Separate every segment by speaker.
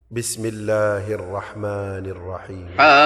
Speaker 1: بسم الله الرحمن الرحيم.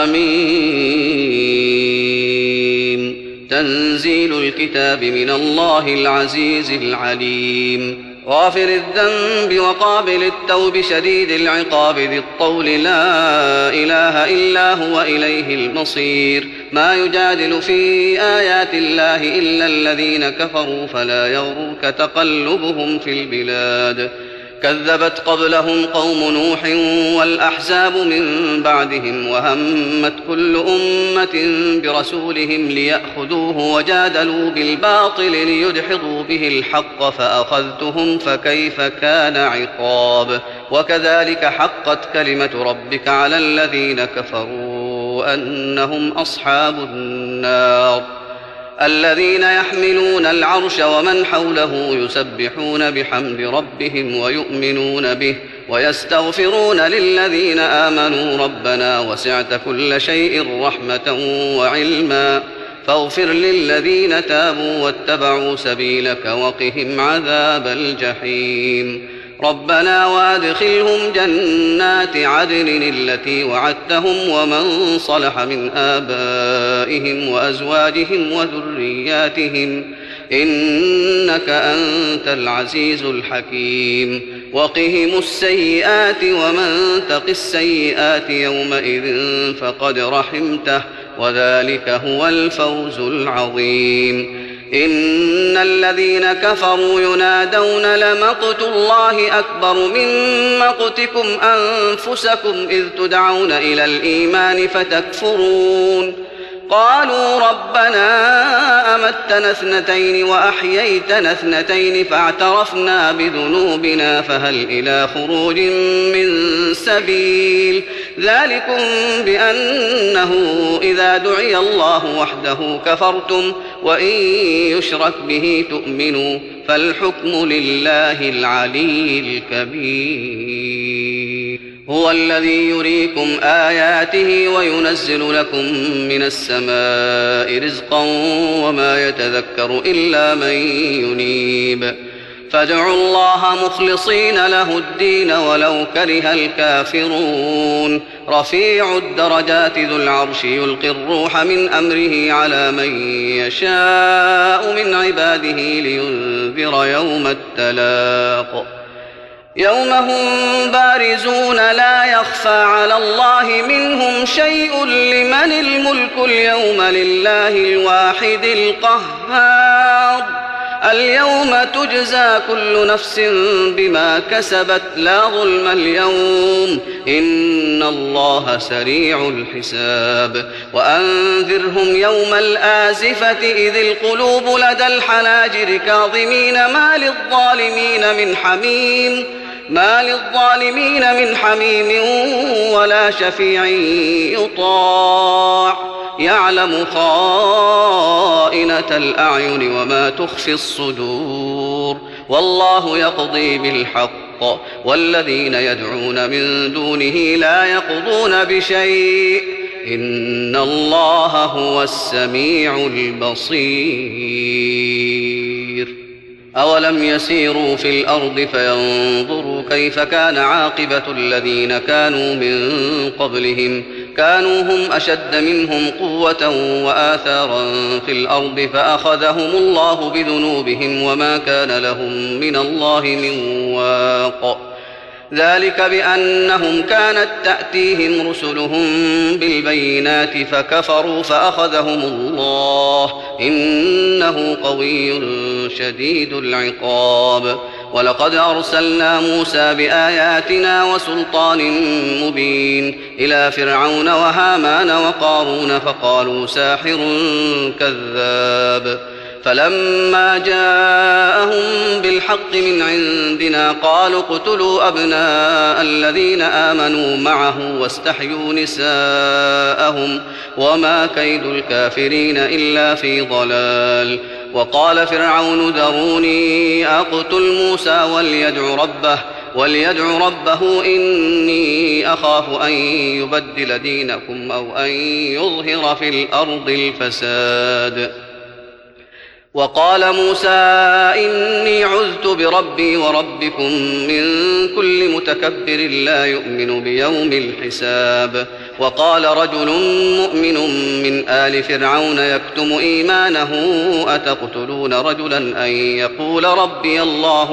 Speaker 2: حميم. تنزيل الكتاب من الله العزيز العليم. غافر الذنب وقابل التوب شديد العقاب ذي الطول لا إله إلا هو إليه المصير. ما يجادل في آيات الله إلا الذين كفروا فلا يغرك تقلبهم في البلاد. كذبت قبلهم قوم نوح والأحزاب من بعدهم وهمت كل أمة برسولهم ليأخذوه وجادلوا بالباطل ليدحضوا به الحق فأخذتهم فكيف كان عقاب. وكذلك حقت كلمة ربك على الذين كفروا أنهم أصحاب النار. الذين يحملون العرش ومن حوله يسبحون بحمد ربهم ويؤمنون به ويستغفرون للذين آمنوا ربنا وسعت كل شيء رحمة وعلما فاغفر للذين تابوا واتبعوا سبيلك وقهم عذاب الجحيم. ربنا وادخلهم جنات عدن التي وعدتهم ومن صلح من آبائهم وأزواجهم وذرياتهم إنك أنت العزيز الحكيم. وقهم السيئات ومن تق السيئات يومئذ فقد رحمته وذلك هو الفوز العظيم. إن الذين كفروا ينادون لمقت الله أكبر من مقتكم أنفسكم إذ تدعون إلى الإيمان فتكفرون. قالوا ربنا أمتنا اثنتين وأحييتنا اثنتين فاعترفنا بذنوبنا فهل إلى خروج من سبيل. ذلكم بأنه إذا دعي الله وحده كفرتم وإن يشرك به تؤمنوا فالحكم لله العلي الكبير. هو الذي يريكم آياته وينزل لكم من السماء رزقا وما يتذكر إلا من ينيب. فادعوا الله مخلصين له الدين ولو كره الكافرون. رفيع الدرجات ذو العرش يلقي الروح من أمره على من يشاء من عباده لينذر يوم التلاق. يوم هم بارزون لا يخفى على الله منهم شيء لمن الملك اليوم لله الواحد القهار. اليوم تجزى كل نفس بما كسبت لا ظلم اليوم إن الله سريع الحساب. وأنذرهم يوم الآزفة إذ القلوب لدى الحناجر كاظمين ما للظالمين من حميم ولا شفيع يطاع يعلم خائنة الأعين وما تخفي الصدور والله يقضي بالحق والذين يدعون من دونه لا يقضون بشيء إن الله هو السميع البصير. أولم يسيروا في الأرض فينظروا كيف كان عاقبة الذين كانوا من قبلهم كانوا هم أشد منهم قوة وآثارا في الأرض فأخذهم الله بذنوبهم وما كان لهم من الله من واق. ذلك بأنهم كانت تأتيهم رسلهم بالبينات فكفروا فأخذهم الله إنه قوي شديد العقاب. ولقد أرسلنا موسى بآياتنا وسلطان مبين إلى فرعون وهامان وقارون فقالوا ساحر كذاب. فلما جاءهم بالحق من عندنا قالوا اقتلوا أبناء الذين آمنوا معه واستحيوا نساءهم وما كيد الكافرين إلا في ضلال. وقال فرعون ذروني أقتل موسى وليدع ربه إني أخاف أن يبدل دينكم أو أن يظهر في الأرض الفساد. وقال موسى إني عذت بربي وربكم من كل متكبر لا يؤمن بيوم الحساب. وقال رجل مؤمن من آل فرعون يكتم إيمانه أتقتلون رجلا أن يقول ربي الله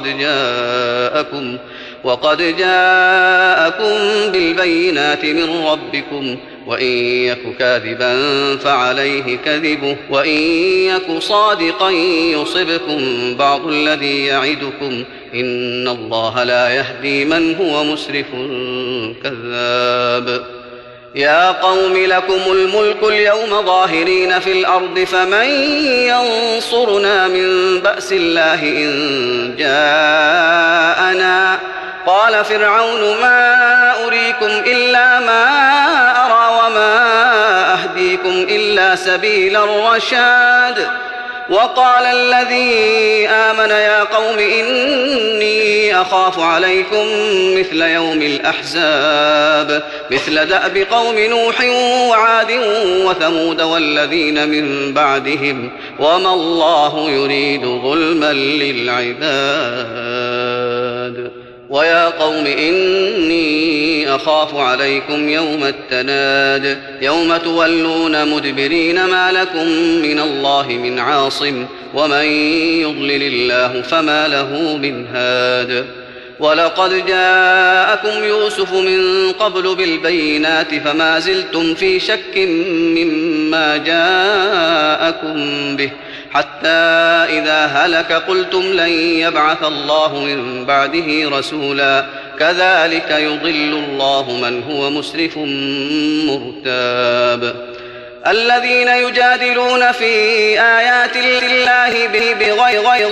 Speaker 2: وقد جاءكم بالبينات من ربكم وإن يك كاذبا فعليه كذبه وإن يك صادقا يصبكم بعض الذي يعدكم إن الله لا يهدي من هو مسرف كذاب. يا قوم لكم الملك اليوم ظاهرين في الأرض فمن ينصرنا من بأس الله إن جاءنا. قال فرعون ما أريكم إلا ما أرى وما أهديكم إلا سبيل الرشاد. وقال الذي آمن يا قوم إني أخاف عليكم مثل يوم الأحزاب مثل دأب قوم نوح وعاد وثمود والذين من بعدهم وما الله يريد ظلما للعباد. ويا قوم إني أخاف عليكم يوم التناد يوم تولون مدبرين ما لكم من الله من عاصم ومن يضلل الله فما له من هاد. ولقد جاءكم يوسف من قبل بالبينات فما زلتم في شك مما جاءكم به حتى إذا هلك قلتم لن يبعث الله من بعده رسولا كذلك يضل الله من هو مسرف مرتاب. الذين يجادلون في آيات الله بغير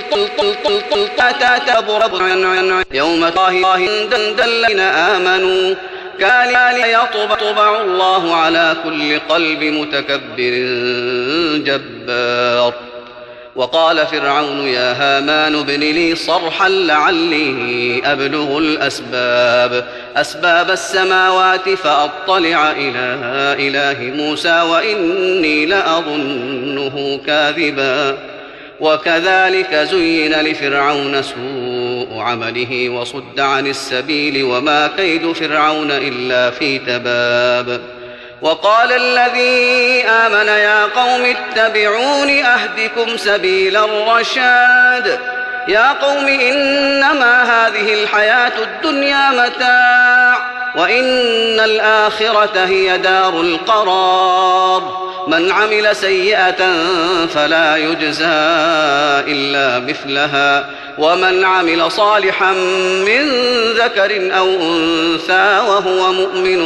Speaker 2: يوم الذين آمنوا كالي يطبع الله على كل قلب متكبر جبار. وقال فرعون يا هامان ابن لي صرحا لعلي أبلغ أسباب السماوات فأطلع إلى إله موسى وإني لأظنه كاذبا. وكذلك زين لفرعون سوء عمله وصد عن السبيل وما كيد فرعون إلا في تباب. وقال الذي آمن يا قوم اتبعون أهدكم سبيل الرشاد. يا قوم إنما هذه الحياة الدنيا متاع وإن الآخرة هي دار القرار. من عمل سيئة فلا يجزى إلا مثلها ومن عمل صالحا من ذكر أو أنثى وهو مؤمن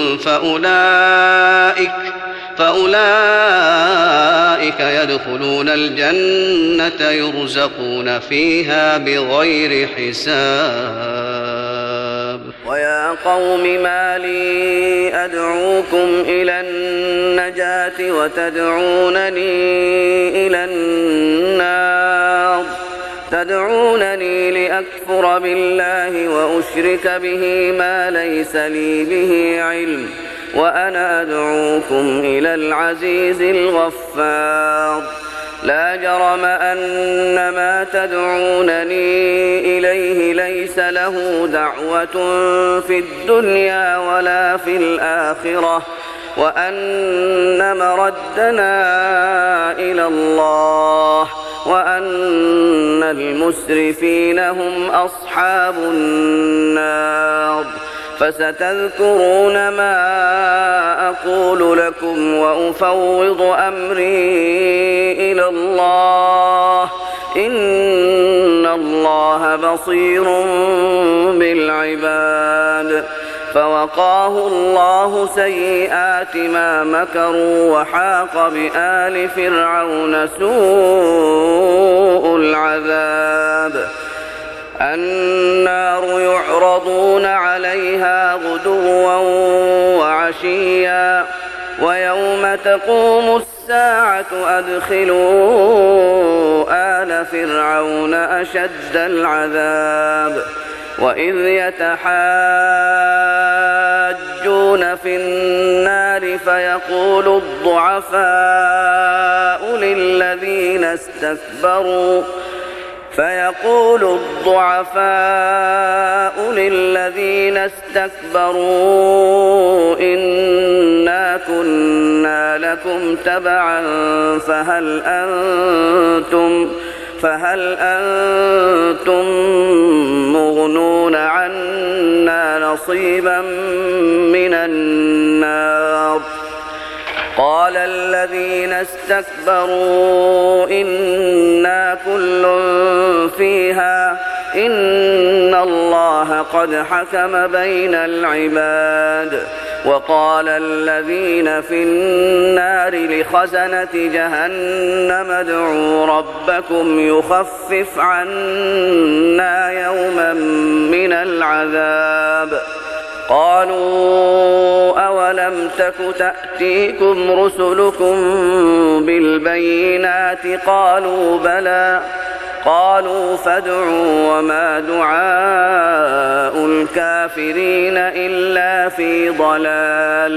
Speaker 2: فأولئك يدخلون الجنة يرزقون فيها بغير حساب. ويا قوم ما لي أدعوكم إلى النجاة وتدعونني إلى النار. تدعونني لأكفر بالله وأشرك به ما ليس لي به علم وأنا أدعوكم إلى العزيز الغفار. لا جرم أن ما تدعونني إليه ليس له دعوة في الدنيا ولا في الآخرة وأن مردنا إلى الله وأن المسرفين هم أصحاب النار. فستذكرون ما أقول لكم وأفوض أمري إلى الله إن الله بصير بالعباد. فوقاه الله سيئات ما مكروا وحاق بآل فرعون سوء العذاب. النار يعرضون عليها غدوا وعشيا ويوم تقوم الساعة أدخلوا آل فرعون أشد العذاب. وإذ يتحاجون يجادلون في النار فيقول الضعفاء للذين استكبروا إنا كنا لكم تبعا فهل أنتم مغنون عنا نصيبا من النار قال الذين استكبروا إنا كل فيها إن الله قد حكم بين العباد وقال الذين في النار لخزنة جهنم ادعوا ربكم يخفف عنا يوما من العذاب قالوا أولم تك تأتيكم رسلكم بالبينات قالوا بلى قالوا فادعوا وما دعاء الكافرين إلا في ضلال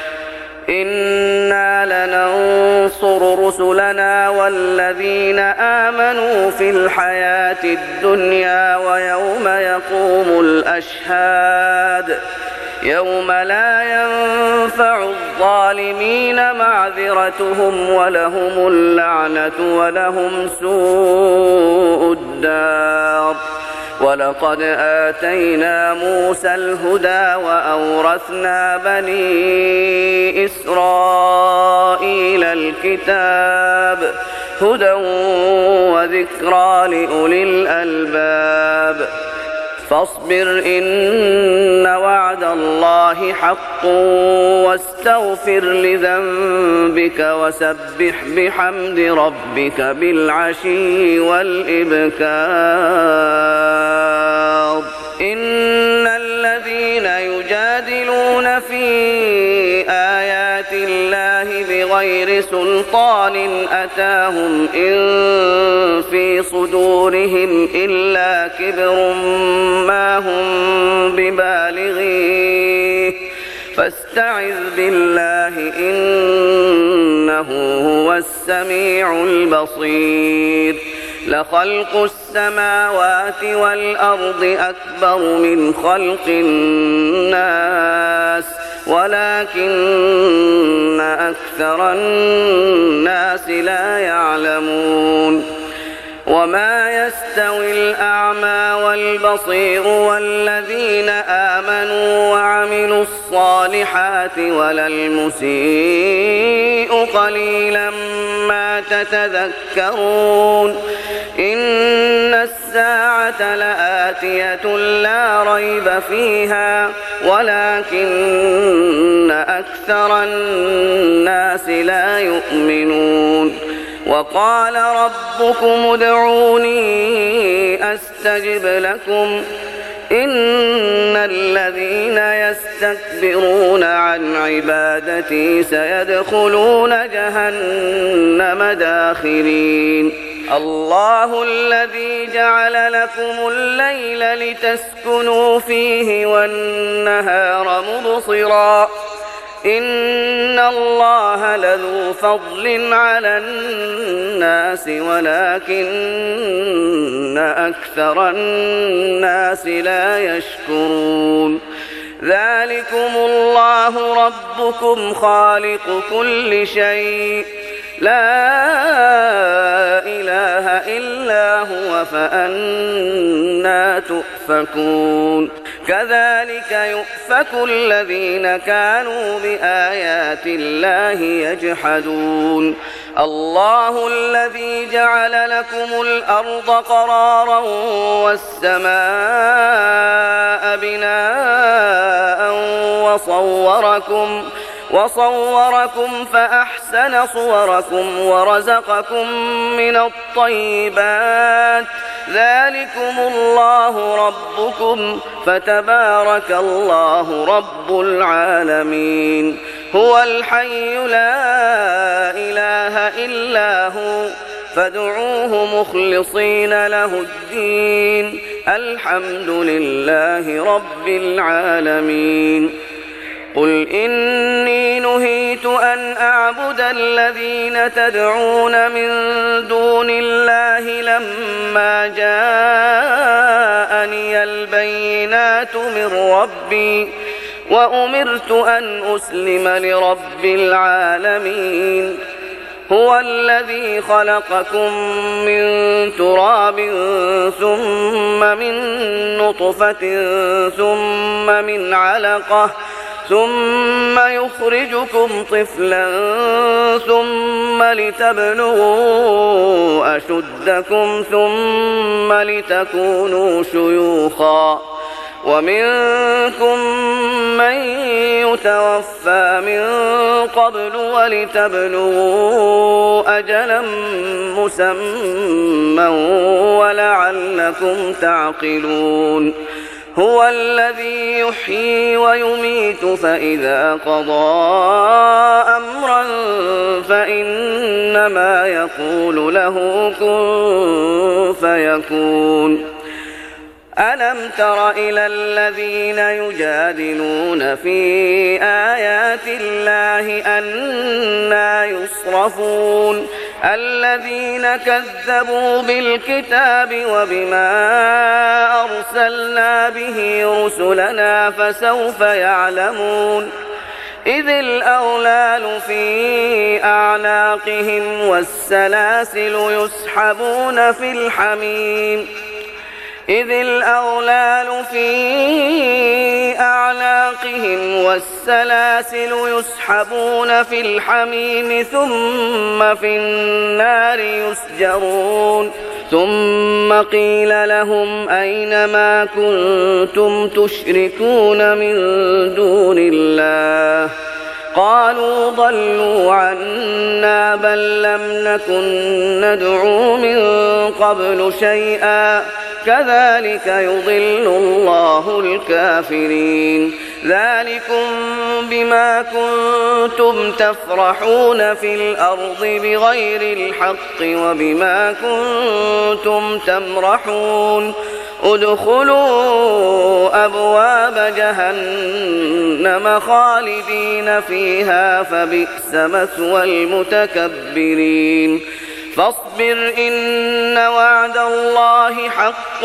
Speaker 2: إنا لننصر رسلنا والذين آمنوا في الحياة الدنيا ويوم يقوم الأشهاد يوم لا ينفع الظالمين معذرتهم ولهم اللعنة ولهم سوء الدار ولقد آتينا موسى الهدى وأورثنا بني إسرائيل الكتاب هدى وذكرى لأولي الألباب فاصبر إن وعد الله حق واستغفر لذنبك وسبح بحمد ربك بالعشي والإبكار إن الذين يجادلون في آيات الله بغير سلطان أتاهم إن في صدورهم إلا كبر ما هم ببالغيه فاستعذ بالله إنه هو السميع البصير لخلق السماوات والأرض أكبر من خلق الناس ولكن أكثر الناس لا يعلمون وما يستوي الأعمى والبصير والذين آمنوا وعملوا الصالحات ولا المسيء قليلا ما تتذكرون إن الساعة لآتية لا ريب فيها ولكن أكثر الناس لا يؤمنون وقال ربكم ادعوني أستجب لكم إن الذين يستكبرون عن عبادتي سيدخلون جهنم داخرين الله الذي جعل لكم الليل لتسكنوا فيه والنهار مبصرا إن الله لذو فضل على الناس ولكن أكثر الناس لا يشكرون ذلكم الله ربكم خالق كل شيء لا إله إلا هو فأنى تؤفكون كذلك يؤفك الذين كانوا بآيات الله يجحدون الله الذي جعل لكم الأرض قرارا والسماء بناء وصوركم فأحسن صوركم ورزقكم من الطيبات ذلكم الله ربكم فتبارك الله رب العالمين هو الحي لا إله إلا هو فادعوه مخلصين له الدين الحمد لله رب العالمين قل إني نهيت أن أعبد الذين تدعون من دون الله لما جاءني البينات من ربي وأمرت أن أسلم لرب العالمين هو الذي خلقكم من تراب ثم من نطفة ثم من علقة ثم يخرجكم طفلا ثم لتبلغوا أشدكم ثم لتكونوا شيوخا ومنكم من يتوفى من قبل ولتبلغوا أجلا مسمى ولعلكم تعقلون هو الذي يحيي ويميت فإذا قضى أمرا فإنما يقول له كن فيكون ألم تر إلى الذين يجادلون في آيات الله أنى يصرفون الذين كذبوا بالكتاب وبما أرسلنا به رسلنا فسوف يعلمون إذ الأغلال في أعناقهم والسلاسل يسحبون في الحميم إذ الأغلال في أعناقهم والسلاسل يسحبون في الحميم ثم في النار يسجرون ثم قيل لهم أين ما كنتم تشركون من دون الله قالوا ضلوا عنا بل لم نكن ندعو من قبل شيئا كذلك يضل الله الكافرين ذلكم بما كنتم تفرحون في الأرض بغير الحق وبما كنتم تمرحون ادخلوا أبواب جهنم خالدين فيها فبئس مثوى المتكبرين فاصبر إن وعد الله حق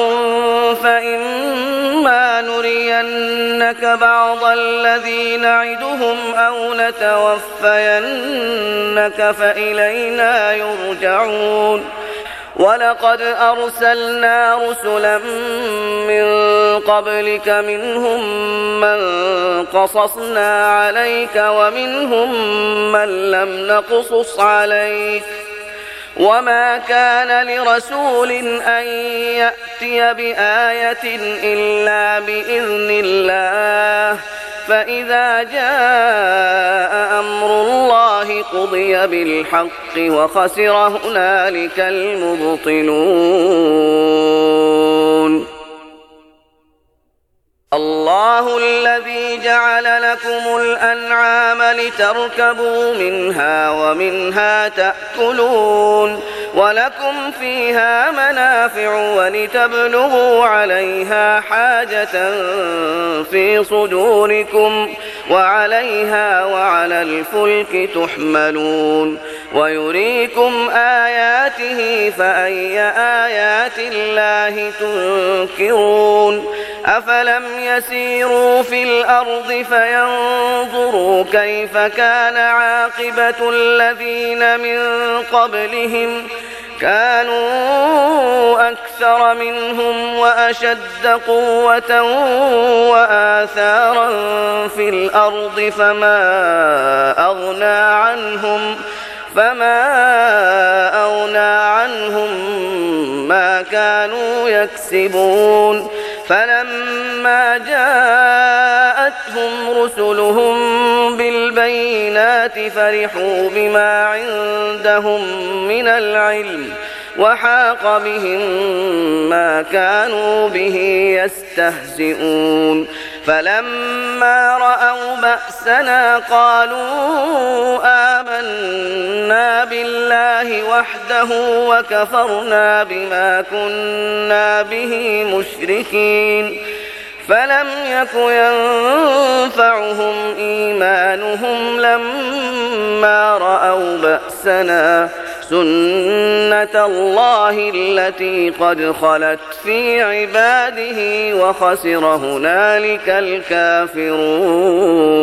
Speaker 2: فإما نرينك بعض الذي نعدهم أو نتوفينك فإلينا يرجعون ولقد أرسلنا رسلا من قبلك منهم من قصصنا عليك ومنهم من لم نقصص عليك وما كان لرسول أن يأتي بآية إلا بإذن الله فإذا جاء أمر الله قضي بالحق وخسر هنالك المبطلون الله الذي جعل لكم الأنعام لتركبوا منها ومنها تأكلون ولكم فيها منافع ولتبلغوا عليها حاجة في صدوركم وعليها وعلى الفلك تحملون ويريكم آياته فأي آيات الله تنكرون أفلم يسيروا في الأرض فينظروا كيف كان عاقبة الذين من قبلهم كانوا أكثر منهم وأشد قوة وآثارا في الأرض فما أغنى عنهم ما كانوا يكسبون فلما جاءتهم رسلهم بالبينات فرحوا بما عندهم من العلم وحاق بهم ما كانوا به يستهزئون فلما رأوا بأسنا قالوا آمنا بالله وحده وكفرنا بما كنا به مشركين فلم يك ينفعهم إيمانهم لما رأوا بأسنا سنة الله التي قد خلت في عباده وخسر هنالك الكافرون.